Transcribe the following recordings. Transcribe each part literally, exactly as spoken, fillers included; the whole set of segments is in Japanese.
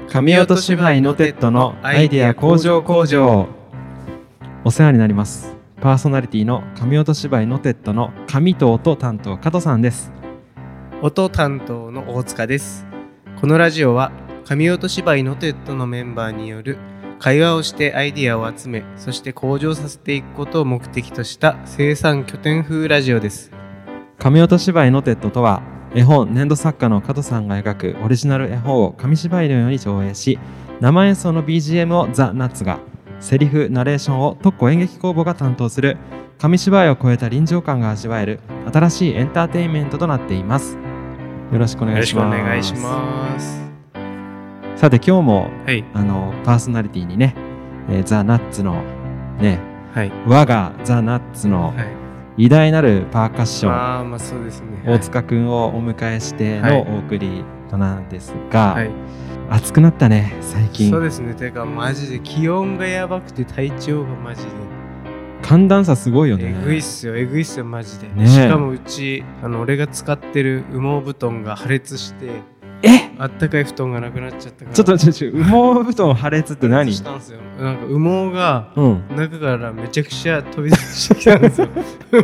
神音芝居のテッドのアイデア工場工場。お世話になります。パーソナリティの神音芝居のテッドの神と音担当加藤さんです。 音担当の大塚です。このラジオは神音芝居のテッドのメンバーによる会話をしてアイデアを集め、そして向上させていくことを目的とした生産拠点風ラジオです。 神音芝居のテッドとは、絵本粘土作家の加藤さんが描くオリジナル絵本を紙芝居のように上映し、生演奏の ビージーエム をザ・ナッツが、セリフナレーションを特攻演劇工房が担当する紙芝居を超えた臨場感が味わえる新しいエンターテインメントとなっています。よろしくお願いします。 よろしくお願いします。 さて今日も、 はい、 あのパーソナリティにね、えー、ザ・ナッツのね、はい、我がザ・ナッツの、はい、偉大なるパーカッション、 あー、まあそうですね、 大塚くんをお迎えしてのお送りとなんですが、はいはい、暑くなったね最近。 そうですね。てかマジで気温がやばくて体調がマジで寒暖差すごいよね。 えぐいっすよえぐいっすよマジで、ね、しかもうちあの俺が使ってる羽毛布団が破裂して、 えあったかい布団がなくなっちゃったから。 ちょっとちょっと羽毛布団破裂って何？ したんですよ。なんか羽毛が中からめちゃくちゃ飛び出してきたんですよ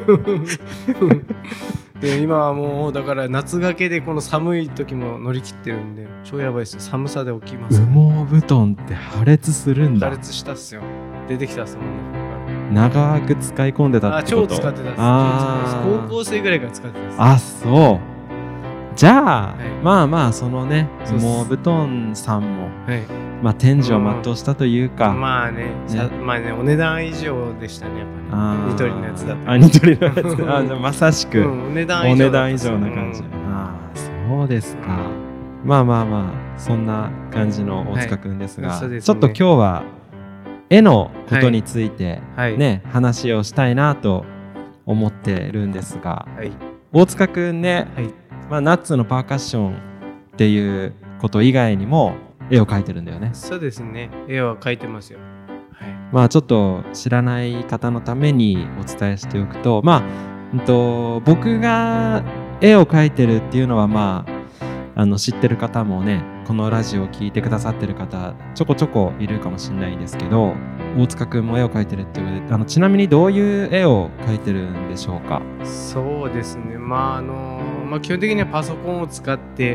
で今はもうだから夏掛けでこの寒い時も乗り切ってるんで超やばいですよ。寒さで起きます、ね、 羽毛布団って破裂するんだ。 破裂したっすよ。出てきたっすもんね。 長く使い込んでたってこと？ あ、超使ってたっす。あ高校生ぐらいから使ってたっす。 あ、そうじゃあ、はい、まあまあそのね羽毛布団さんも、はい、まあ天寿を全うしたというか、 うん、まあ ね, ねまあねお値段以上でしたねやっぱり、ね、 あニトリのやつだった。 あニトリのやつあじゃあまさしく、うん、 お値段以上、 お値段以上な感じ、うん、あそうですか、うん、まあまあまあそんな感じの大塚くんですが、はいですね、ちょっと今日は絵のことについてね、はいはい、話をしたいなと思ってるんですが、はい、大塚くんね、はいまあ、ナッツのパーカッションっていうこと以外にも絵を描いてるんだよね。 そうですね。絵は描いてますよ。 はい、まあちょっと知らない方のためにお伝えしておくと、まあ、うんと、僕が絵を描いてるっていうのはまああの知ってる方もね、このラジオを聞いてくださってる方ちょこちょこいるかもしれないんですけど、大塚くんも絵を描いてるっていうことで、あのちなみにどういう絵を描いてるんでしょうか？ そうですね。まああのまあ、基本的にはパソコンを使って、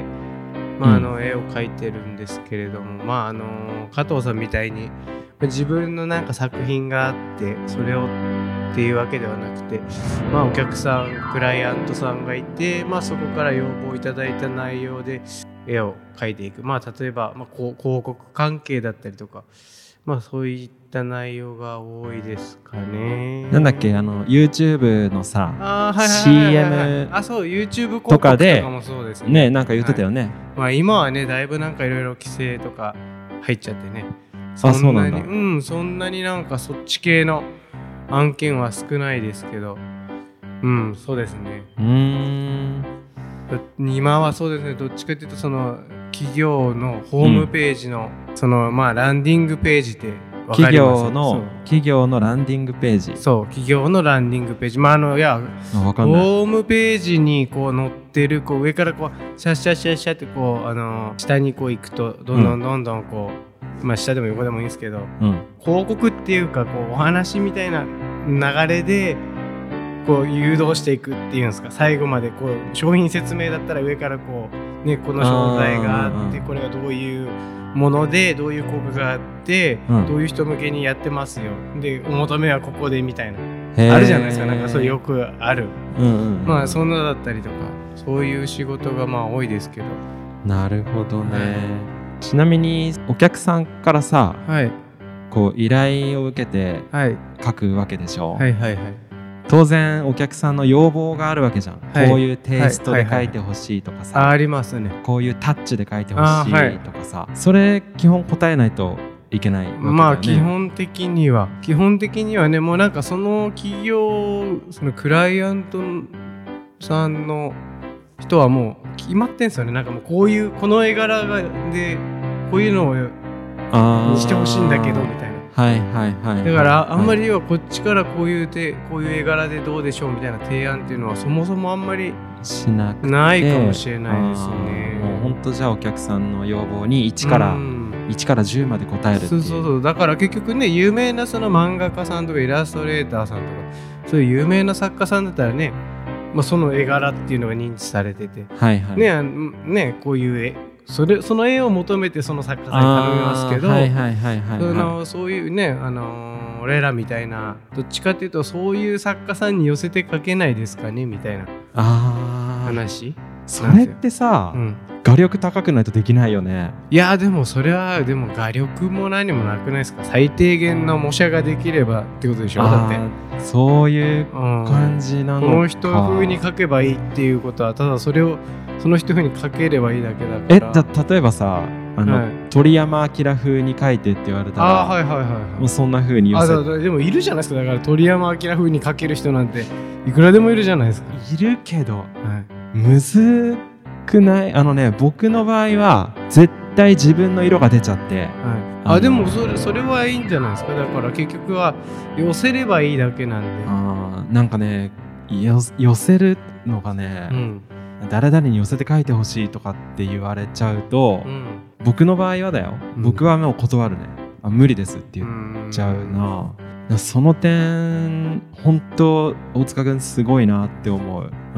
まあ、あの絵を描いてるんですけれども、うん、まああの加藤さんみたいに自分のなんか作品があってそれをっていうわけではなくて、まあ、お客さんクライアントさんがいて、まあ、そこから要望いただいた内容で絵を描いていく、まあ、例えば、まあ、広告関係だったりとか、まあ、そういった内容が多いですかね。 なんだっけあの YouTube のさ、 あ、はいはいはいはい、 シーエムあ、そう YouTube 広告とかもそうですね。 ね、なんか言ってたよね。はい、 まあ、今はねだいぶなんかいろいろ規制とか入っちゃってね。 そんなに、あ、そうなんだ。 うん、そんなになんかそっち系の案件は少ないですけど、うん、そうですね。 うーん。 今はそうですね。どっちかというとその企業のホームページの、うん、そのまあランディングページってわかります？ 企業の企業のランディングページ。 そう、企業のランディングページ。まああのいやわかんない。 ホームページにこう載ってるこう上からこうシャッシャッシャッシャッってこうあの下にこう行くとどんどんどんどんこう、うん、まあ下でも横でもいいんですけど、うん、広告っていうかこうお話みたいな流れでこう誘導していくっていうんですか。最後までこう商品説明だったら上からこうねこの商材があってこれがどういうものでどういう効果があって、うん、どういう人向けにやってますよでお求めはここでみたいなあるじゃないですか。なんかそれよくある、うんうんうん、まあそんなだったりとかそういう仕事がまあ多いですけど。 なるほどね、はい、ちなみにお客さんからさ、はい、こう依頼を受けて書くわけでしょ、はい、はいはいはい当然お客さんの要望があるわけじゃん、はい、こういうテイストで書いてほしいとかさ、 はいはいはい、あ, ありますね。 こういうタッチで書いてほしいとかさ、はい、それ基本答えないといけないわけだよね。 まあ基本的には基本的にはねもうなんかその企業そのクライアントさんの人はもう決まってんすよね。なんかもうこういうこの絵柄がでこういうのをにしてほしいんだけどみたいな。 はいはいはい、 だからあんまりはこっちからこういう手こういう絵柄でどうでしょうみたいな提案っていうのはそもそもあんまりしなくてないかもしれないですね。 もう本当じゃあお客さんの要望に一からいちからじゅうまで答えるっていう。 そうそうそう。だから結局ね、有名なその漫画家さんとかイラストレーターさんとかそういう有名な作家さんだったらね、まあ、その絵柄っていうのが認知されてて、 はいはい、 ねねこういう絵それその絵を求めてその作家さんに頼みますけど、 はいはいはいはい、はい、 そういうね、あのー、俺らみたいなどっちかっていうとそういう作家さんに寄せて描けないですかねみたいな話。 それってさ、うん、画力高くないとできないよね。 いやでもそれはでも画力も何もなくないですか。最低限の模写ができればってことでしょ。だってそういう感じなのか、 うん、この人風に描けばいいっていうことはただそれをその人風に描ければいいだけだから。 えだ例えばさあの、はい、鳥山明風に描いてって言われたらあ、はいはいはいはい、 もうそんな風に寄せあだでもいるじゃないですか。だから鳥山明風に描ける人なんていくらでもいるじゃないですか。 いるけど、はい、むずくない？あのね僕の場合は絶対自分の色が出ちゃって、はい、 あでもそれそれはいいんじゃないですか。だから結局は寄せればいいだけなんで。 あなんかね寄せるのがね、うん、誰々に寄せて書いてほしいとかって言われちゃうと、うん、僕の場合はだよ、うん、僕はもう断るね。あ無理ですって言っちゃうな。うその点本当大塚君すごいなって思う、うん、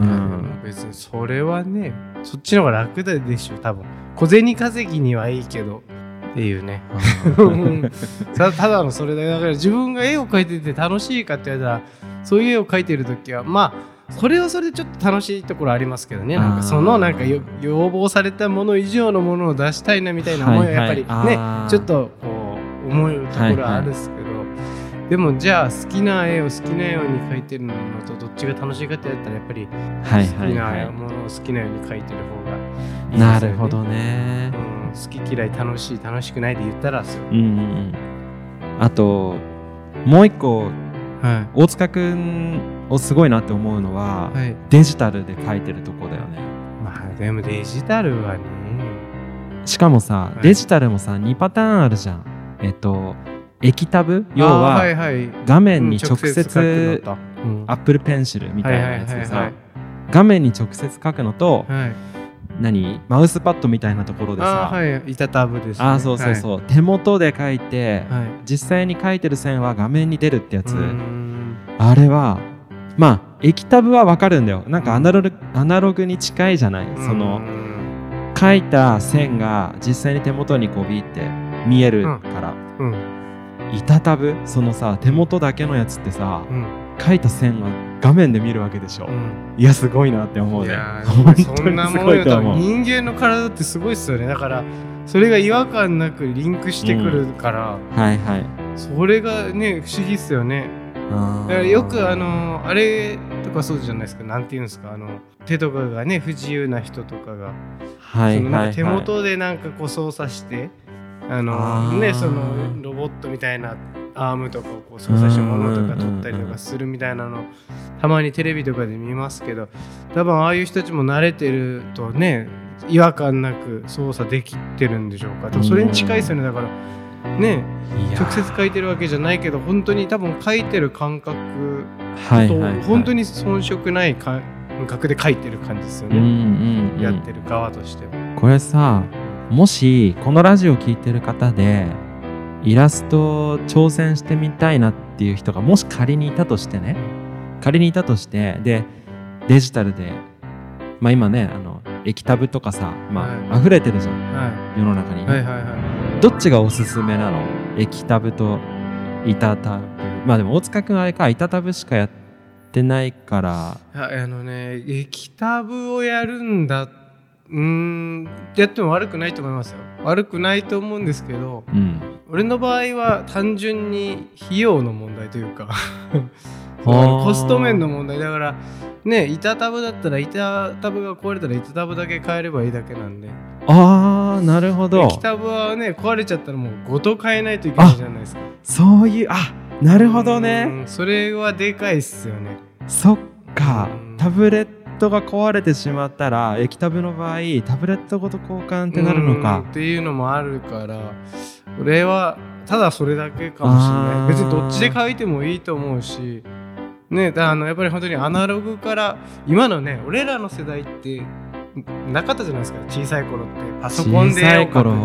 別にそれはねそっちの方が楽だでしょ多分。小銭稼ぎにはいいけどっていうねただのそれだから自分が絵を描いてて楽しいかって言われたらそういう絵を描いてる時はまあそれはそれでちょっと楽しいところありますけどね。なんかそのなんか要望されたもの以上のものを出したいなみたいな思いはやっぱりね、はいはい、ちょっとこう思うところはあるんですけど、はいはい、でもじゃあ好きな絵を好きなように描いてるのとどっちが楽しいかってやったらやっぱり好きなものを好きなように描いてる方がいいですよね。 なるほどね、 うん、好き嫌い楽しい楽しくないで言ったらそう、うんうん、 あともう一個、はい、大塚くんをすごいなって思うのは、はい、デジタルで描いてるとこだよね。 まあでもデジタルはねしかもさ、はい、デジタルもさにパターンあるじゃん。えっと液タブ要は画面に直接アップルペンシルみたいなやつでさ画面に直接書くのと、はい、何マウスパッドみたいなところでさあ、はい、板タブですね。 あそうそうそう、はい、手元で書いて、はい、実際に書いてる線は画面に出るってやつ。あれはまあ液タブは分かるんだよ。なんかアナログ、アナログに近いじゃない。その書いた線が実際に手元にこうビーって見えるから、うんうん板タブそのさ手元だけのやつってさ、うん、書いた線は画面で見るわけでしょ、うん、いやすごいなって思うね。いやそんなものよと人間の体ってすごいっすよね。だからそれが違和感なくリンクしてくるから、うん、はいはいそれがね不思議っすよね。だからよくあのあれとかそうじゃないですか。なんていうんですかあの手とかがね不自由な人とかが、はいはいはい、手元でなんかこう操作してあのね、そのロボットみたいなアームとかをこう操作したものとか取ったりとかするみたいなのたまにテレビとかで見ますけど多分ああいう人たちも慣れてるとね違和感なく操作できてるんでしょうか。でもそれに近いですよね。だからね直接書いてるわけじゃないけど本当に多分書いてる感覚と本当に遜色ない感覚で書いてる感じですよね、うんうんうん、やってる側としては。 これさもしこのラジオ聞いてる方でイラスト挑戦してみたいなっていう人がもし仮にいたとしてね仮にいたとしてでデジタルでまあ今ねあの液タブとかさまあ、はい、溢れてるじゃん、はい、世の中に、ねはいはいはい、どっちがおすすめなの？液タブと板タブ。まあでも大塚くんあれか板タブしかやってないからあのね液タブをやるんだうーんやっても悪くないと思いますよ。悪くないと思うんですけど、うん、俺の場合は単純に費用の問題というかコスト面の問題だからね板タブだったら板タブが壊れたら板タブだけ変えればいいだけなんで。 あーなるほど。 液タブはね壊れちゃったらもうごと変えないといけないじゃないですか。 そういうあなるほどね。 それはでかいっすよね。 そっかタブレットタブレットが壊れてしまったら液タブの場合タブレットごと交換ってなるのかっていうのもあるから俺はただそれだけかもしれない。別にどっちで書いてもいいと思うしね。だあのやっぱり本当にアナログから今のね俺らの世代ってなかったじゃないですか。小さい頃ってパソコンで絵を描くって小さい頃は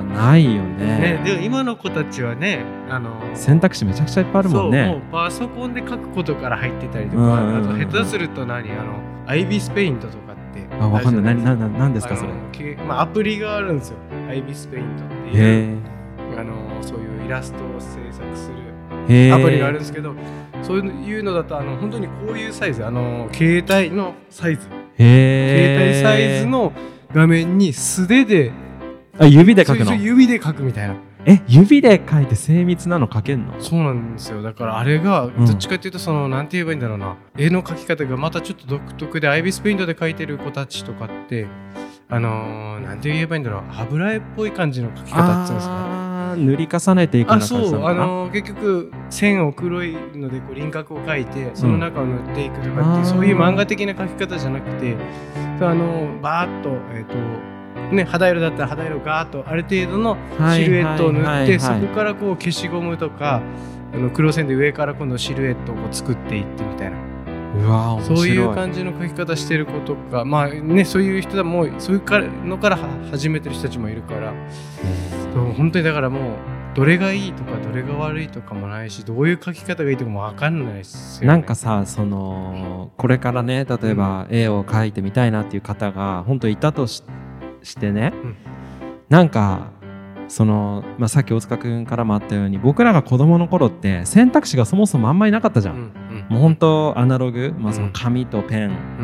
ないよね。 ね、でも今の子たちはね、あの選択肢めちゃくちゃいっぱいあるもんね。 そう、もうパソコンで書くことから入ってたりとか、うんうんうんうん、あと下手すると何あのアイビスペイントとかってあ、わかんない。なななんですかそれ。 まあ、アプリがあるんですよ。アイビスペイントっていうあのそういうイラストを制作するアプリがあるんですけど、そういうのだとあの本当にこういうサイズ、あの携帯のサイズ、携帯サイズの画面に素手であ指で描くの。 指で描くみたいな。 え、指で描いて精密なの描けんの？ そうなんですよ。だからあれがどっちかっていうとその、うん、なんて言えばいいんだろうな、絵の描き方がまたちょっと独特で、アイビスペイントで描いてる子たちとかってあのー、なんて言えばいいんだろう、油絵っぽい感じの描き方っていうんですか、 あ塗り重ねていくような感じなのかな。 あ、そう、あのー、結局線を黒いのでこう輪郭を描いてその中を塗っていくとかっていう、うん、そういう漫画的な描き方じゃなくて、あのー、バーッとえっとね、肌色だったら肌色をガーッとある程度のシルエットを塗って、はいはいはいはい、そこからこう消しゴムとかあの黒線で上から今度シルエットをこう作っていってみたいな、 うわ面白い、 そういう感じの描き方してる子とか、まあね、そういう人だもうそういうのから始めてる人たちもいるから、うん、本当にだからもうどれがいいとかどれが悪いとかもないし、どういう描き方がいいとかも分かんないですよね。 なんかさ、そのこれからね、例えば絵を描いてみたいなっていう方が本当いたとししてね、うん、なんかその、まあ、さっき大塚くんからもあったように、僕らが子供の頃って選択肢がそもそもあんまりなかったじゃん、うんうん、もう本当アナログ、まあ、その紙とペン、うん、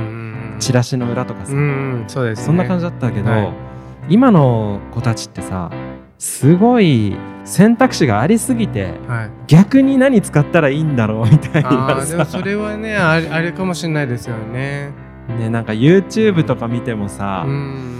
チラシの裏とかさ、うん、そうですね、そんな感じだったけど、はい、今の子たちってさすごい選択肢がありすぎて、はい、逆に何使ったらいいんだろうみたいなさ。 あでもそれはねあれ、あれかもしれないですよね。 ね、なんか YouTube とか見てもさ、うん、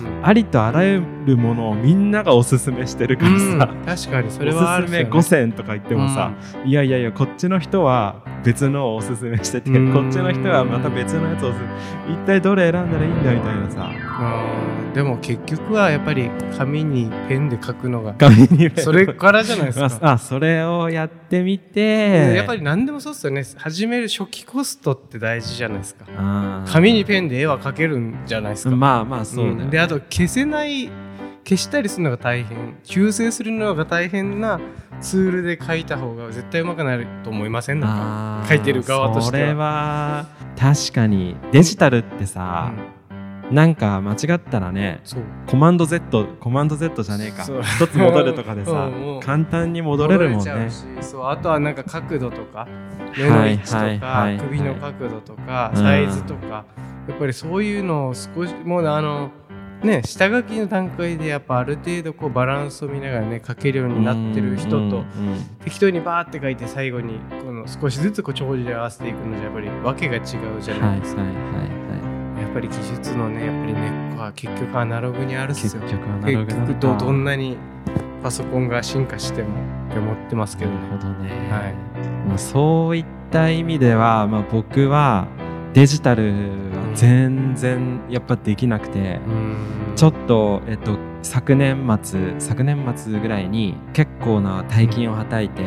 ありとあらゆるものをみんながおすすめしてるからさ、うん、 確かにそれはある、ね、 おすすめごせんとか言ってもさ、うん、いやいやいやこっちの人は別のをおすすめしてて、うん、こっちの人はまた別のやつをす一体どれ選んだらいいんだみたいなさ。 あでも結局はやっぱり紙にペンで書くのが紙にそれからじゃないですか。 あ、それをやってみて、 やっぱり何でもそうですよね。始める初期コストって大事じゃないですか。紙にペンで絵は描けるんじゃないですか。 まあまあそうだよね、 うん、であと消せない消したりするのが大変、修正するのが大変なツールで書いた方が絶対うまくなると思いません？なんか書いてる側としては。 それは確かにデジタルってさ、うん、なんか間違ったらね、コマンド Z コマンド Z じゃねえか一つ戻るとかでさ簡単に戻れるもんね。 そう、あとはなんか角度とか目の位置とか、はいはいはい、首の角度とか、うん、サイズとか、やっぱりそういうのを少しもうあのね、下書きの段階でやっぱある程度こうバランスを見ながらね書けるようになってる人と、うんうん、適当にバーって書いて最後にこの少しずつこう帳尻で合わせていくのじゃやっぱり訳が違うじゃないですか、はいはいはいはい、やっぱり技術のねやっぱり根っこは結局アナログにあるっすよ。結局アナログ結局どどんなにパソコンが進化してもって思ってますけどね。 なるほどね、はい、まあ、そういった意味では、まあ、僕はデジタルは全然やっぱできなくて、うん、ちょっと、えっと、昨年末昨年末ぐらいに結構な大金をはたいて、うん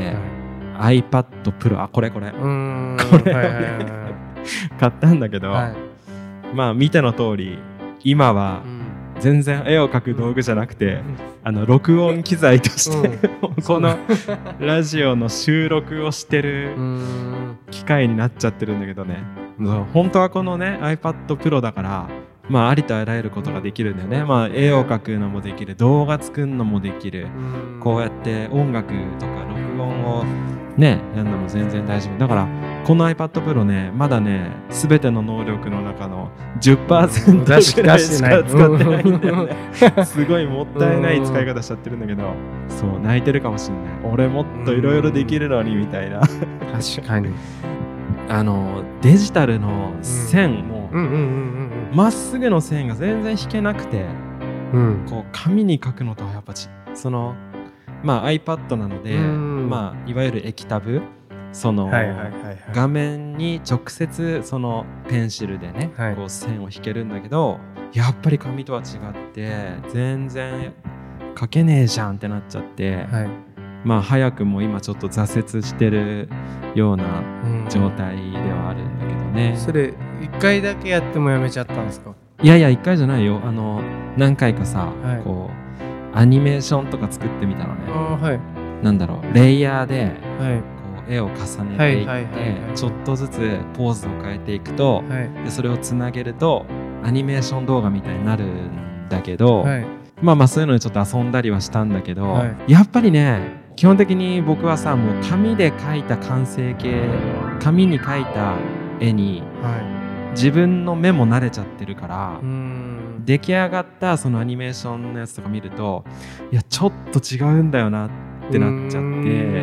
、iPad Pro あこれこれうんこれをね、はいはいはい、買ったんだけど、はい、まあ見ての通り今は全然絵を描く道具じゃなくて、うん、あの録音機材として、うん、このラジオの収録をしてる機械になっちゃってるんだけどね。本当はこのね iPad Pro だから、まあ、ありとあらゆることができるんだよね、まあ、絵を描くのもできる、動画作るのもできる、こうやって音楽とか録音をねやるのも全然大丈夫だから、この iPad Pro ねまだね全ての能力の中の じゅっパーセント ぐらいしか使ってないんだよねすごいもったいない使い方しちゃってるんだけど、そう泣いてるかもしれない。俺もっといろいろできるのにみたいな確かにあのデジタルの線もまっすぐの線が全然引けなくて、うん、こう紙に書くのとはやっぱちその、まあ、iPad なので、うんまあ、いわゆる液タブその、はいはいはいはい、画面に直接そのペンシルでね、はい、こう線を引けるんだけど、やっぱり紙とは違って全然書けねえじゃんってなっちゃって、はいまあ、早くも今ちょっと挫折してるような状態ではあるんだけどね、 うん、それいっかいだけやってもやめちゃったんですか？ いやいやいっかいじゃないよ。あの何回かさ、はい、こうアニメーションとか作ってみたのね。 あ、はい、 なんだろう、レイヤーで、 はい、 こう絵を重ねていってちょっとずつポーズを変えていくと、はい、でそれをつなげるとアニメーション動画みたいになるんだけど、はい、まあまあそういうのでちょっと遊んだりはしたんだけど、はい、やっぱりね基本的に僕はさもう紙で描いた完成形、紙に描いた絵に、はい、自分の目も慣れちゃってるから、うーん出来上がったそのアニメーションのやつとか見るといやちょっと違うんだよなってなっちゃって、うーん、うん、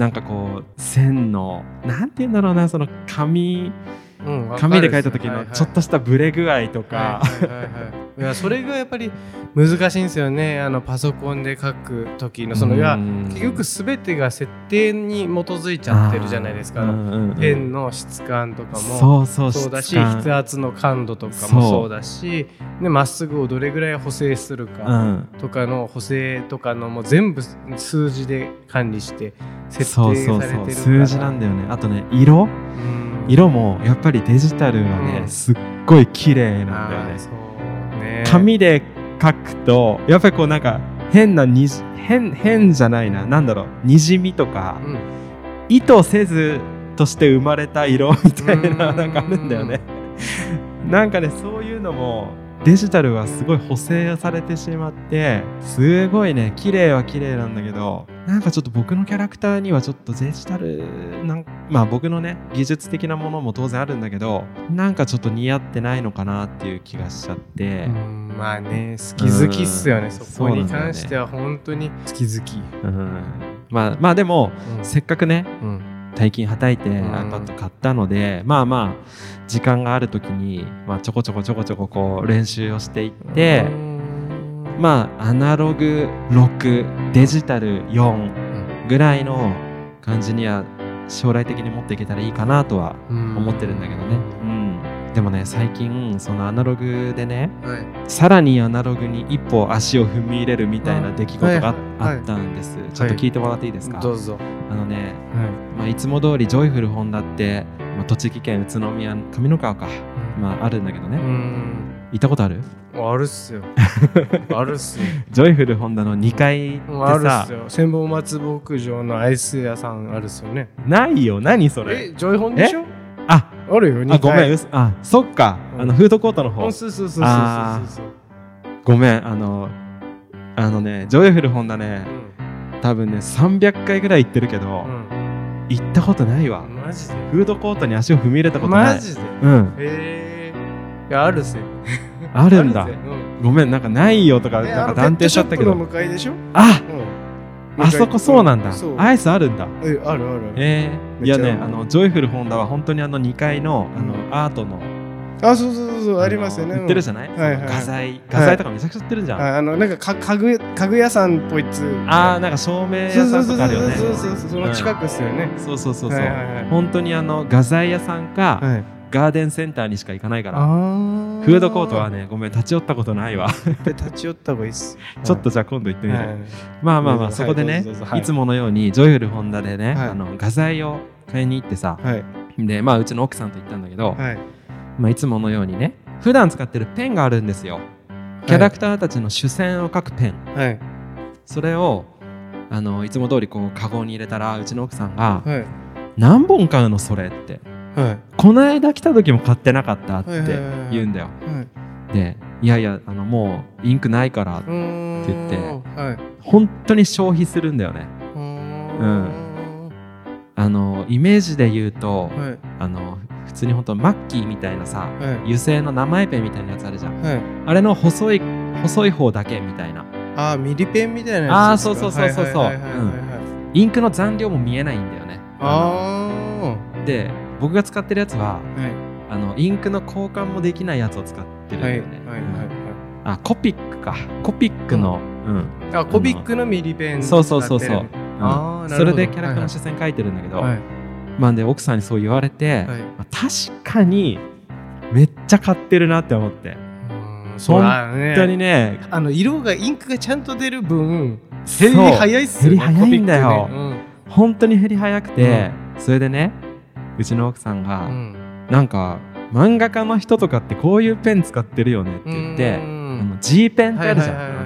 なんかこう線のなんて言うんだろうな、その紙うん、紙で描いた時のちょっとしたブレ具合とか、 いやそれがやっぱり難しいんですよね。あのパソコンで描く時のそのいや結局全てが設定に基づいちゃってるじゃないですか。ペンの質感とかもそうそうそうだし、筆圧の感度とかもそうだし、まっすぐをどれぐらい補正するかとかの補正とかのもう全部数字で管理して設定されてるから。そうそうそう数字なんだよね。あとね色、うん色もやっぱりデジタルはね、うん、すっごい綺麗なんだよね。そうね、紙で描くとやっぱりこうなんか変なにじ変変じゃないな、なんだろう、にじみとか、うん、意図せずとして生まれた色みたいななんかあるんだよね。なんかねそういうのもデジタルはすごい補正されてしまってすごいね綺麗は綺麗なんだけど、なんかちょっと僕のキャラクターにはちょっとデジタルなんまあ僕のね技術的なものも当然あるんだけどなんかちょっと似合ってないのかなっていう気がしちゃって、うんまあね好き好きっすよね。そこに関しては本当に好き好き、うん、 まあまあでも、うん、せっかくね、うん大金はたいて iPad 買ったので、うん、まあまあ時間がある時に、まあ、ちょこちょこちょこちょここう練習をしていって、うん、まあアナログろくデジタルよんぐらいの感じには将来的に持っていけたらいいかなとは思ってるんだけどね、うんうん、でもね最近そのアナログでね、はい、さらにアナログに一歩足を踏み入れるみたいな出来事があったんです、はいはい、ちょっと聞いてもらっていいですか、はい、 どうぞ。 あのね、はいまあ、いつも通りジョイフルホンダって、まあ、栃木県宇都宮上三川か、うんまあ、あるんだけどね。うん行ったことある？ あるっすよあるっすよジョイフルホンダのにかいってさ、 あるっすよ。千本松牧場のアイス屋さんあるっすよね。 ないよ、何それ。 えジョイホンでしょ。 ああるよにかい。 あごめん、あそっか、うん、あのフードコートの方。 そうそうそうそうそうそう。 ごめん、あのあのねジョイフルホンダね、うん、多分ねさんびゃっかいぐらい行ってるけど、うん、行ったことないわ。 マジで。 フードコートに足を踏み入れたことない。 マジで。 うんへえー、いやあるっすよあるんだ、うん、ごめんなんかないよとかなんか断定しちゃったけど。 ペットショップの向かいでしょ。 あ、うん、あそこそうなんだ、 うん、 アイスあるんだ。 えあるある。 えー、いやねあのジョイフルホンダは本当にあのにかいのあの、うん、アートのあそうそうそうそうありますよね。 売ってるじゃない、はいはい、画材画材とかめちゃくちゃ売ってるじゃん、はい、 あのなんか家具家具屋さんっぽいつあーなんか照明屋さんとかあるよね。 そうそうそうそうその近くっすよね、 うん、そうそうそうそう、はいはいはい、本当にあの画材屋さんか、はい、ガーデンセンターにしか行かないから。あフードコートはねごめん立ち寄ったことないわで立ち寄った方がいいっすちょっとじゃあ今度行ってみる、はい、まあまあまあそこでね、はい、いつものようにジョイフルホンダでね、はい、あの画材を買いに行ってさ、はい、でまあうちの奥さんと行ったんだけど、はいまあ、いつものようにね普段使ってるペンがあるんですよ。キャラクターたちの主線を描くペン、はい、それをあのいつも通りこうカゴに入れたらうちの奥さんが、はい、何本買うのそれって、はい、この間来た時も買ってなかったって言うんだよ、はい、でいやいやあのもうインクないからって言って、はい、本当に消費するんだよね。うん、あのイメージで言うと、はい、あの普通に本当マッキーみたいなさ、はい、油性の名前ペンみたいなやつあるじゃん、はい、あれの細い細い方だけみたいな。 あーミリペンみたいなやつですか。 あーそうそうそうそうそうインクの残量も見えないんだよね。あで僕が使ってるやつは、はい、あのインクの交換もできないやつを使ってるんだよね。はいはいはいはい、あコピックかコピックの、うんうん、 あコピックのミリペンそうそうそうそう、うん、あそれでキャラクターの視線描いてるんだけど、はいはい、まあで奥さんにそう言われて、はいまあ、確かにめっちゃ買ってるなって思って。 そう本当にねあの色がインクがちゃんと出る分減り早いっすよね。 減り早いんだよ、ねうん、本当に減り早くて、うん、それでねうちの奥さんが、うん、なんか漫画家の人とかってこういうペン使ってるよねって言って、あの G ペンってあるじゃん、はいはいはいはい、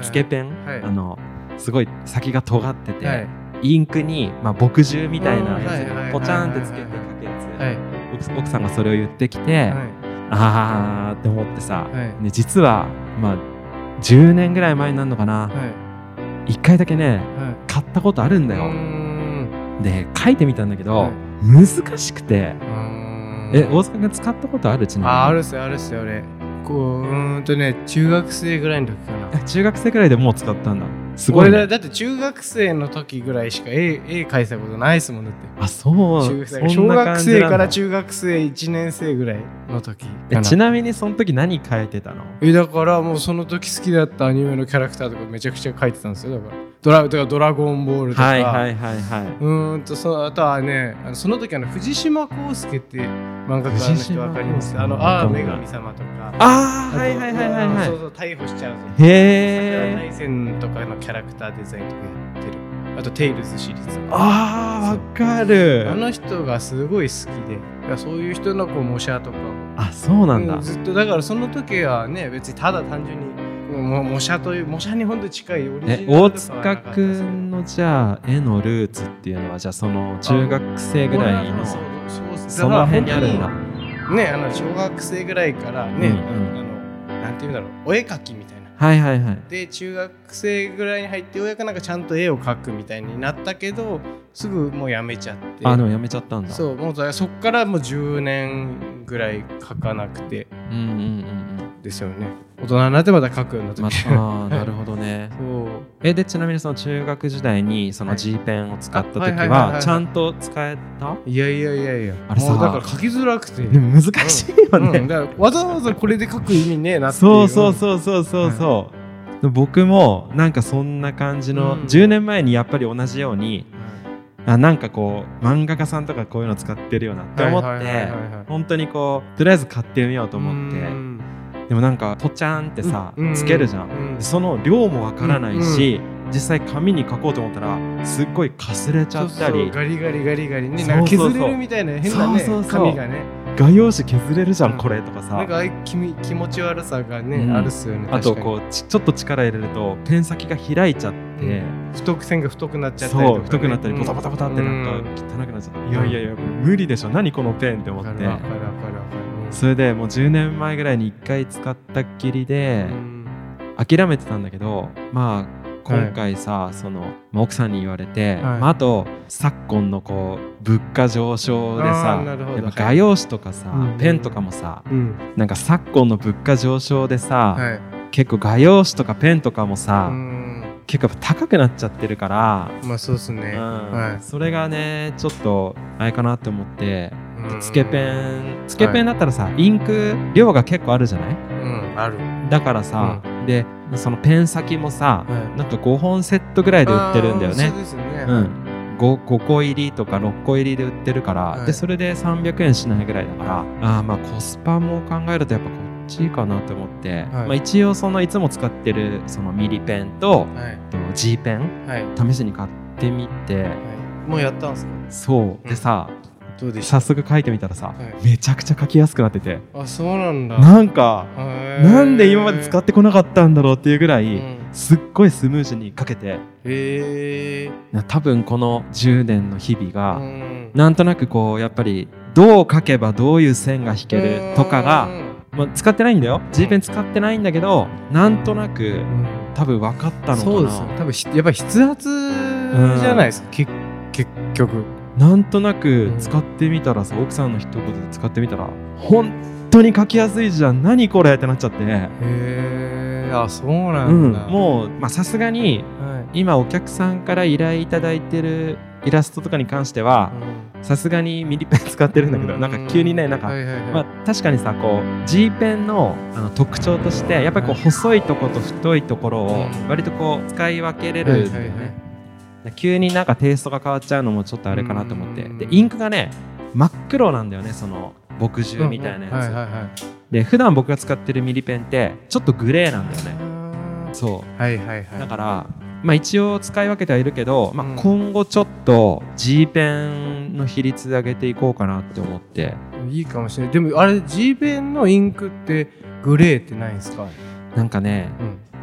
つけペン、はい、あのすごい先が尖ってて、はい、インクに、まあ、墨汁みたいなやつでポチャンってつけて書くやつ、はい、奥さんがそれを言ってきて、はい、あーって思ってさ、はい、で実は、まあ、じゅうねんぐらい前になるのかな、はい、いっかいだけね、はい、買ったことあるんだよ。で書いてみたんだけど、はい、難しくて、え大塚君使ったことある？ちなみに。 ああるっすよあるっすよ俺。こううーんとね中学生ぐらいの時かな。 中学生ぐらいでもう使ったんだ。すごい、ね、 俺 だ, だって中学生の時ぐらいしか絵絵描いたことないっすもんだって。 あそう中学生小学生から中学生いちねん生ぐらいの時かな。 えちなみにその時何描いてたの？ えだからもうその時好きだったアニメのキャラクターとかめちゃくちゃ描いてたんですよ。だからドラ, だからドラゴンボールとか、 はいはいはいはい、 うーんとそあとはねあのその時あの藤島康介って漫画家の人わかります？あのあー女神様とかああはいはいはいはいはい、 そうそう逮捕しちゃうぞへえ大戦とかのキャラクターデザインとかやってる。あとテイルズシリーズ。 あーわかる。 あの人がすごい好きで、いやそういう人のこう模写とかをあそうなんだ、 うん、ずっとだからその時はね別にただ単純にも模写という模写に本当に近いオリジナルとかはなかったですけど。 大塚くんのじゃあ絵のルーツっていうのはじゃあその中学生ぐらいのそ, その辺にあるんだね。あの小学生ぐらいからね、うんうん、あのなんていうんだろうお絵描きみたいな。 はいはいはい。 で中学生ぐらいに入ってようやくなんかちゃんと絵を描くみたいになったけどすぐもうやめちゃって。 あでもやめちゃったんだ。 そうもうそっからもうじゅうねんぐらい描かなくて、うんうんうんうんですよね。大人になってまた描くようになって、 まあなるほどね。そうえでちなみにその中学時代にその G ペンを使った時はちゃんと使えた？ いやいやいやいやあれさもうだから描きづらくて難しいよね、うんうん、 だからわざわざこれで描く意味ねえなっていう。 そうそうそうそうそうそう、はい、僕もなんかそんな感じの、うん、じゅうねんまえにやっぱり同じように、うん、あなんかこう漫画家さんとかこういうの使ってるよなって思って本当にこうとりあえず買ってみようと思って、うんでもなんかポチャンってさ、うん、つけるじゃん、うん、その量もわからないし、うんうん、実際紙に書こうと思ったらすっごいかすれちゃったり、そうそうガリガリガリガリねなんか削れるみたいな変なねそうそうそう紙がね画用紙削れるじゃん、うん、これとかさなんかああいう 気, 気持ち悪さがね、うん、あるっすよね。 あとこうち, ちょっと力入れるとペン先が開いちゃって、うん、 太く線が太くなっちゃったりとか、ね、 そう太くなったりボタボタボタってなんか汚くなっちゃって、うん、いやいやいやこれ無理でしょ何このペンって思って、それでもうじゅうねんまえぐらいにいっかい使ったっきりで、うん、諦めてたんだけどまあ今回さ、はい、その奥さんに言われて、はいまあ、あと昨今のこう物価上昇でさやっぱ画用紙とかさ、はい、ペンとかもさ、うん、なんか昨今の物価上昇でさ、はい、結構画用紙とかペンとかもさ、うん、結構高くなっちゃってるからまあそうっすね、 うんはい、それがねちょっとあれかなって思ってつけペンつけペンだったらさ、はい、インク量が結構あるじゃない、うん、 あるだからさ、うん、でそのペン先もさ、はい、なんかごほんセットぐらいで売ってるんだよね。 そうですね、 うん、5, ごこ入りとかろっこ入りで売ってるから、はい、でそれでさんびゃくえんしないぐらいだからあまあコスパも考えるとやっぱこっちかなと思って、はいまあ、一応そのいつも使ってるそのミリペンと、はい、と G ペン、はい、試しに買ってみて、はい、 もうやったんすか？ そうでさ、うん早速書いてみたらさ、はい、めちゃくちゃ書きやすくなっててあそうなんだなんかなんで今まで使ってこなかったんだろうっていうぐらい、うん、すっごいスムーズに書けてへ多分このじゅうねんの日々が、うん、なんとなくこうやっぱりどう書けばどういう線が引けるとかが、まあ、使ってないんだよ G ペン使ってないんだけどなんとなく、うん、多分分かったのかな。 そうですよ多分やっぱり筆圧じゃないですか、うん、結局なんとなく使ってみたらさ、うん、奥さんの一言で使ってみたら本当に書きやすいじゃん何これってなっちゃってへえあそうなんだ、 うん、もうさすがに、はい、今お客さんから依頼いただいてるイラストとかに関してはさすがにミリペン使ってるんだけど、うん、なんか急にねなんか、はいはいはいまあ、確かにさこう G ペン の, あの特徴としてやっぱりこう細いとこと太いところを割とこう使い分けれるんだよね、はいはいはい急になんかテイストが変わっちゃうのもちょっとあれかなと思ってでインクがね真っ黒なんだよねその墨汁みたいなやつ、うんはいはいはい、で普段僕が使ってるミリペンってちょっとグレーなんだよねそう、はいはいはい、だからまあ一応使い分けてはいるけど、まあ、今後ちょっと G ペンの比率で上げていこうかなって思っていいかもしれないでもあれ G ペンのインクってグレーってないんですか？ なんかね、うん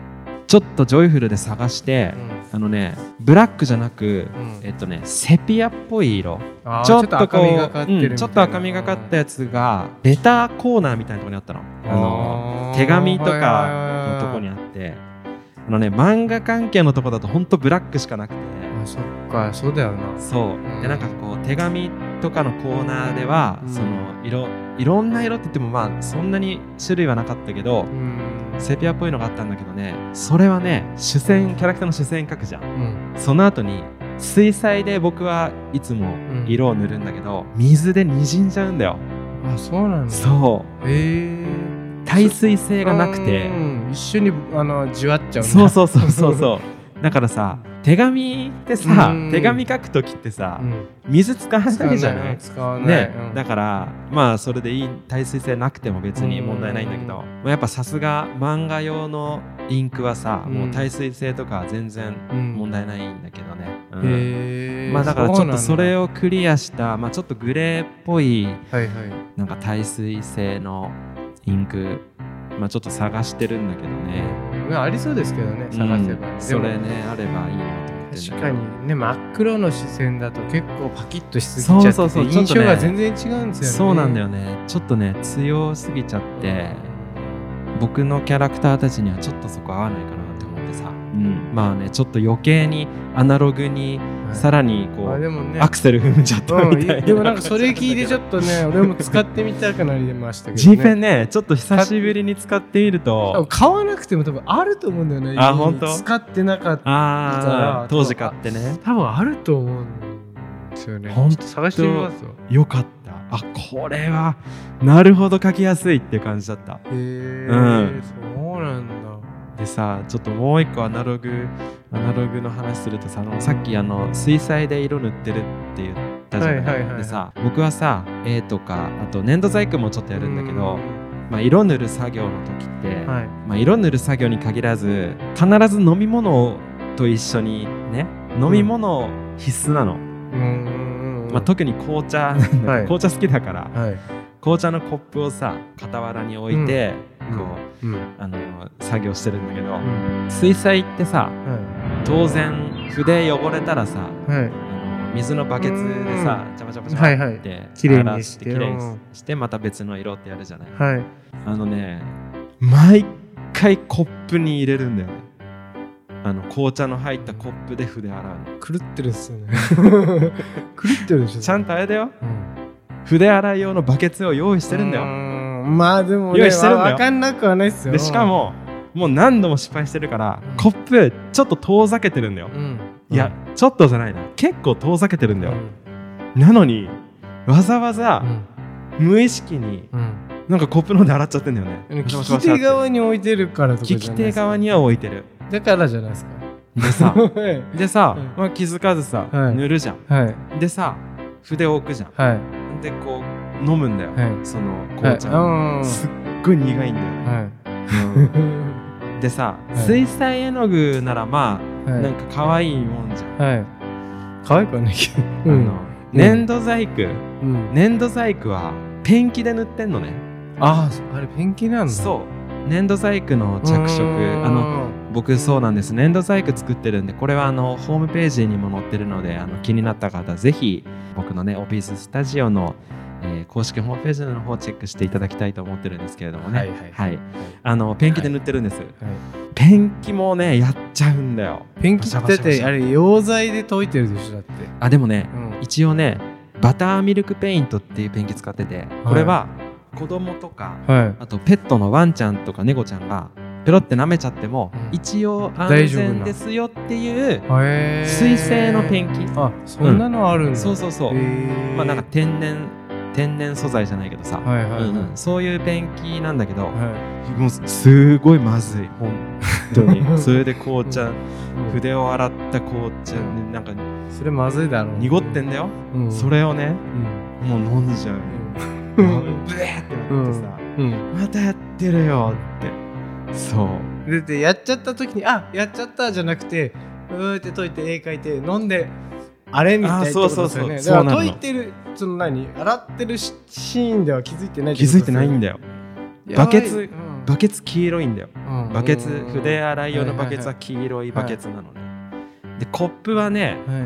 ちょっとジョイフルで探して、うん、あのねブラックじゃなく、うん、えっとねセピアっぽい色、 ちょっとこう赤みがかってるみたいな、うん、 ちょっと赤みがかったやつがレターコーナーみたいなところにあったの。あの手紙とかのとこにあって、あのね漫画関係のとこだとほんとブラックしかなくて、 あそっかそうだよな。 そう、うん、でなんかこう手紙とかのコーナーでは、うん、その色いろんな色って言ってもまあそんなに種類はなかったけど、うん、セピアっぽいのがあったんだけどね、それはね主線キャラクターの主線描くじゃん、うん、その後に水彩で僕はいつも色を塗るんだけど、うん、水で滲んじゃうんだよ。 あそうなんだ。 そうへー、耐水性がなくて、うん、 一緒にあのじわっちゃうんだ。 そうそうそうそうそうだからさ手紙ってさ、手紙書くときってさ、うん、水使わないじゃない。 使わない、 ね、うん、だからまあそれでいい、耐水性なくても別に問題ないんだけど、まあ、やっぱさすが漫画用のインクはさ、うん、もう耐水性とか全然問題ないんだけどね、うん、へまあだからちょっとそれをクリアした、まあ、ちょっとグレーっぽい、はいはい、なんか耐水性のインク、まあ、ちょっと探してるんだけどね。 ありそうですけどね、探せば、うん、 それねあればいいなと思って。 確かにね、真っ黒の視線だと結構パキッとしすぎちゃって、そうそうそう、印象が全然違うんですよね。 そうなんだよね、ちょっとね強すぎちゃって僕のキャラクターたちにはちょっとそこ合わないかなって思ってさ、うん、まあねちょっと余計にアナログにさらにこう、はい、でもね、アクセル踏んじゃったみたいな、うん、 でもなんかそれ聞いてちょっとね俺も使ってみたくなりましたけどね。 G ペンねちょっと久しぶりに使ってみると買わなくても多分あると思うんだよね。 あ本当使ってなかったから当時買ってね多分あると思うんですよね。ほんと探してみますよ。 よかった。あこれはなるほど書きやすいっていう感じだった。へえ、 うん、そうなんだ。 でさちょっともう一個アナログアナログの話するとさ、あのさっきあの水彩で色塗ってるって言ったじゃない、はいはいはいはい、でさ僕はさ絵とかあと粘土細工もちょっとやるんだけど、まあ、色塗る作業の時って、はい、まあ、色塗る作業に限らず必ず飲み物と一緒にね飲み物必須なの、うんまあ、特に紅茶なんだ、はい、紅茶好きだから、はい、紅茶のコップをさ傍らに置いて、うん、こう、うん、あの作業してるんだけど、うん、水彩ってさ、はい、当然筆汚れたらさ、はい、あの水のバケツでさジャバジャバジャバってきれいにしてきれいにしてまた別の色ってやるじゃない、はい、あのね毎回コップに入れるんだよね。あの紅茶の入ったコップで筆洗うの。 狂ってるっすよね狂ってるでしょ。 ちゃんとあれだよ、うん、筆洗い用のバケツを用意してるんだよ。 まあでもね分かんなくはないっすよ。 でしかももう何度も失敗してるから、うん、コップちょっと遠ざけてるんだよ、うん、いや、うん、ちょっとじゃないな結構遠ざけてるんだよ、うん、なのにわざわざ、うん、無意識に、うん、なんかコップので洗っちゃってんだよね。 利き手側に置いてるからとかじゃないですか。 利き手側には置いてるだからじゃないですか。 でさでさ、まあ、気づかずさ、はい、塗るじゃん、はい、でさ筆を置くじゃん、はい、でこう飲むんだよ、はい、その紅茶、はい、すっごい苦いんだよね、はいうん、でさ、はい、水彩絵の具ならまあ、はい、なんか可愛いもんじゃん、はい、 可愛くはないけど、 うん、粘土細工、うん、粘土細工はペンキで塗ってんのね。 あああれペンキなんだ。 そう粘土細工の着色あの僕そうなんです。粘土細工作ってるんでこれはあのホームページにも載ってるのであの気になった方ぜひ僕のねオフィススタジオの、えー、公式ホームページの方をチェックしていただきたいと思ってるんですけれどもね、はいはいはいはい、あのペンキで塗ってるんです、はいはい、ペンキもねやっちゃうんだよ。 ペンキってだってあれ溶剤で溶いてるでしょ。だってあでもね、うん、一応ねバターミルクペイントっていうペンキ使っててこれは子供とか、はい、あとペットのワンちゃんとか猫ちゃんがペロって舐めちゃっても、うん、一応安全ですよっていう水性のペンキ。 あそんなのあるんだ、うん、 そうそうそうまあなんか天然天然素材じゃないけどさ、はいはいはいうんうん、そういうペンキなんだけど、はい、もうすごいまずい本当にそれで紅茶、うん、筆を洗った紅茶になんかそれまずいだろう濁ってんだよ、うん、それをね、うん、もう飲んじゃう、うん、ブエーってなってさ、うん、またやってるよってそうででやっちゃった時にあやっちゃったじゃなくてうーって解いて絵描いて飲んであれみたいなってことですよね。だから解いてるその何洗ってるシーンでは気づいてないってことですよね。 気づいてないんだよ。バケツ、うん、 バケツ黄色いんだよ。バケツ、筆洗い用のバケツは黄色いバケツなのね、はいはいはい、でコップはね、はい、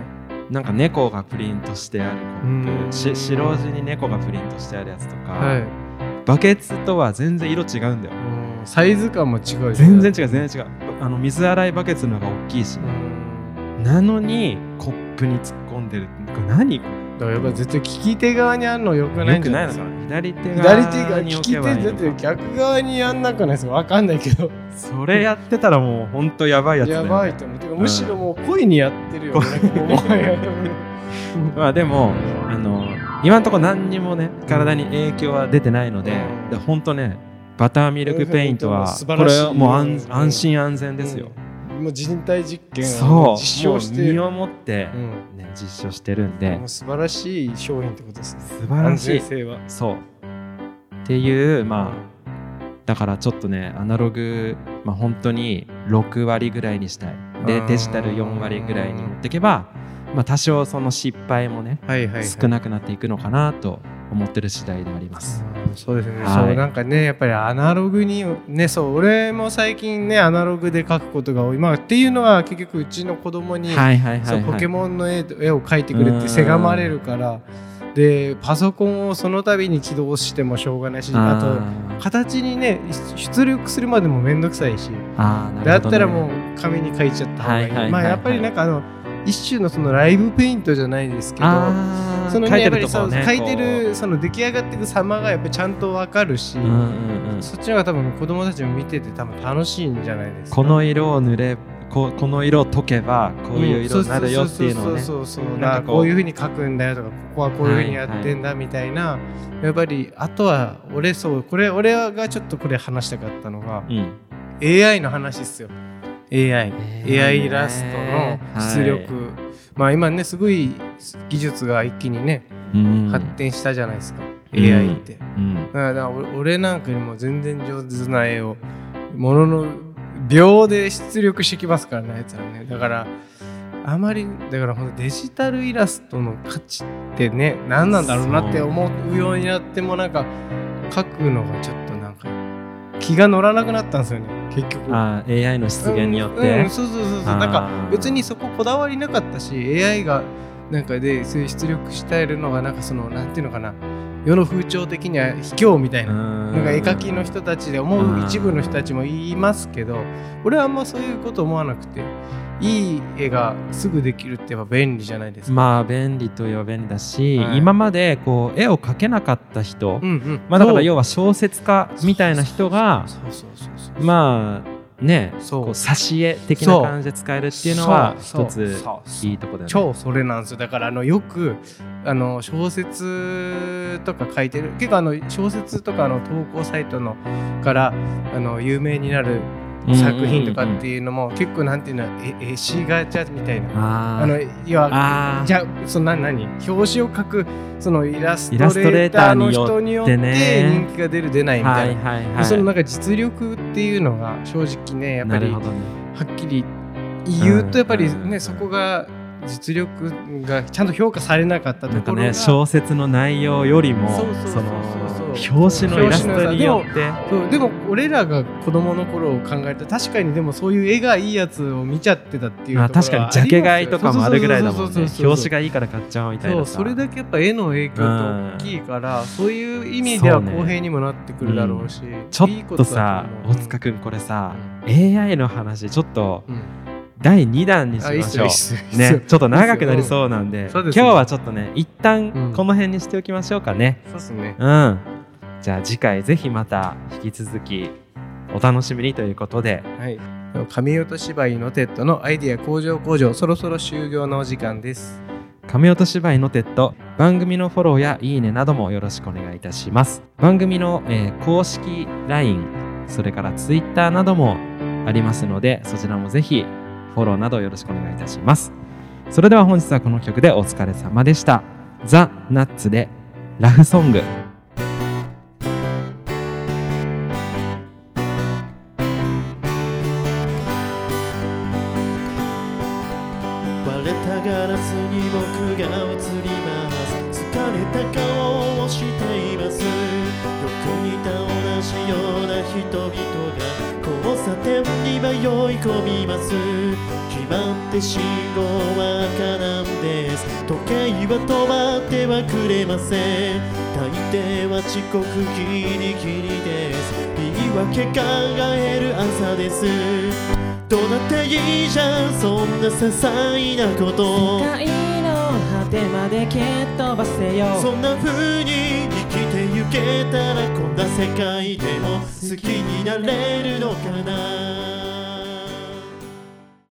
なんか猫がプリントしてあるコップ、し白地に猫がプリントしてあるやつとか、はい、バケツとは全然色違うんだよ。 サイズ感も違う。 全然違う全然違う。あの水洗いバケツの方が大きいし、ね、なのにコップに突っ込んでる。これ何これ。 だからやっぱ絶対利き手側にあんのよくないんじゃないですか。 左手側に置けばいいのか。 左手が利き手だって逆側にやんなくないですか。わかんないけどそれやってたらもうほんとやばいやつだよ、ね、 やばいと思う。てかむしろもう恋にやってるよね、 うん、まあでもあの今のところ何にもね体に影響は出てないので、うん、ほんとねバターミルクペイントはこれはもう 安, 安心安全ですよ、 うん、もう人体実験を実証して身をもって、うんね、実証してるんでもう素晴らしい商品ってことですね。 素晴らしい安全性はそうっていうまあだからちょっとねアナログ、まあ、本当にろくわりぐらいにしたいでデジタルよんわりぐらいに持っていけば、まあ、多少その失敗もね、はいはいはい、少なくなっていくのかなと思ってる次第であります。 そうですね、はい、そうなんかねやっぱりアナログにねそう俺も最近ねアナログで描くことが多い、まあ、っていうのは結局うちの子供に、はいはいはいはい、そうポケモンの 絵, 絵を描いてくれってせがまれるからでパソコンをその度に起動してもしょうがないし あ, あと形にね出力するまでもめんどくさいしあ、なるほどね、だったらもう紙に描いちゃった方がいい、はいはいはいはい、まあやっぱりなんかあの一種のそのライブペイントじゃないですけどその、ね、やっぱりそう描いてるその出来上がっていく様がやっぱりちゃんと分かるし、うんうんうん、そっちの方が多分子供たちも見てて多分楽しいんじゃないですか。 この色を塗れこ, この色を解けばこういう色になるよっていうのをねこういう風に描くんだよとかここはこういう風にやってんだみたいな、はいはい、やっぱりあとは俺そうこれ俺がちょっとこれ話したかったのが、うん、エーアイ の話ですよ。エーアイ、えー、エーアイ イラストの出力、はい、まあ今ねすごい技術が一気にね、うん、発展したじゃないですか、うん、エーアイ って、うん、だから俺なんかにも全然上手な絵をものの秒で出力してきますからね、あいつらね。だからあまりだからほんとデジタルイラストの価値ってね何なんだろうなって思うようになってもなんか描くのがちょっとなんか気が乗らなくなったんですよね結局。 あ エーアイ の出現によって、うんうん、 そうそうそうそうなんか別にそここだわりなかったし エーアイ がなんかでそういう出力しているのがなんかそのなんていうのかな世の風潮的には卑怯みたいななんか絵描きの人たちで思う一部の人たちも言いますけど俺はあんまそういうこと思わなくていい絵がすぐできるってやっぱ便利じゃないですか。 まあ便利といえば便利だし、はい、今までこう絵を描けなかった人、うんうん、まあだから要は小説家みたいな人がまあね、そうこう挿絵的な感じで使えるっていうのは一ついいとこだよね。 超それなんですよ。だからあのよくあの小説とか書いてる結構あの小説とかの投稿サイトのからあの有名になる作品とかっていうのも結構なんていうの絵師ガチャみたいな あ, あのいやじゃその何何表紙を描くそのイラストレーターの人によって人気が出る出ないみたいな、はいはいはい、そのなんか実力っていうのが正直ねやっぱりはっきり言うとやっぱりねそこが実力がちゃんと評価されなかったところがなんか、ね、 小説の内容よりも表紙のイラストによってそうでも俺らが子供の頃を考えると確かにでもそういう絵がいいやつを見ちゃってたっていうところはありますよ。 確かにジャケ買いとかもあるぐらいだもんね。表紙がいいから買っちゃうみたいな。 そうそれだけやっぱ絵の影響って大きいから、うん、そういう意味では公平にもなってくるだろうし、うねうん、ちょっとさ大塚くんこれさ、うん、エーアイ の話ちょっと、うんだいにだんにしましょうね。ちょっと長くなりそうなんで、うん、今日はちょっとね一旦この辺にしておきましょうかね、 うん、そうですね、 うん、じゃあ次回ぜひまた引き続きお楽しみにということで、 はい、神音芝居のテッドのアイディア工場工場そろそろ終了のお時間です。 神音芝居のテッド番組のフォローやいいねなどもよろしくお願いいたします。番組の、えー、公式 ライン それから ツイッター などもありますのでそちらもぜひフォローなどよろしくお願いいたします。それでは本日はこの曲でお疲れ様でした。ザ・ナッツでラフソング。 割れたガラスに僕が映ります。疲れた顔をしています。 似た同じような人々が交差点に迷い込みます。決まって信号は赤なんです。時計は止まってはくれません。大抵は遅刻ギリギリです。言い訳考える朝です。どうなっていいじゃんそんな些細なこと。 世界の果てまで蹴っ飛ばせよ。 そんな風に生きてゆけたらこんな世界でも好きになれるのかな。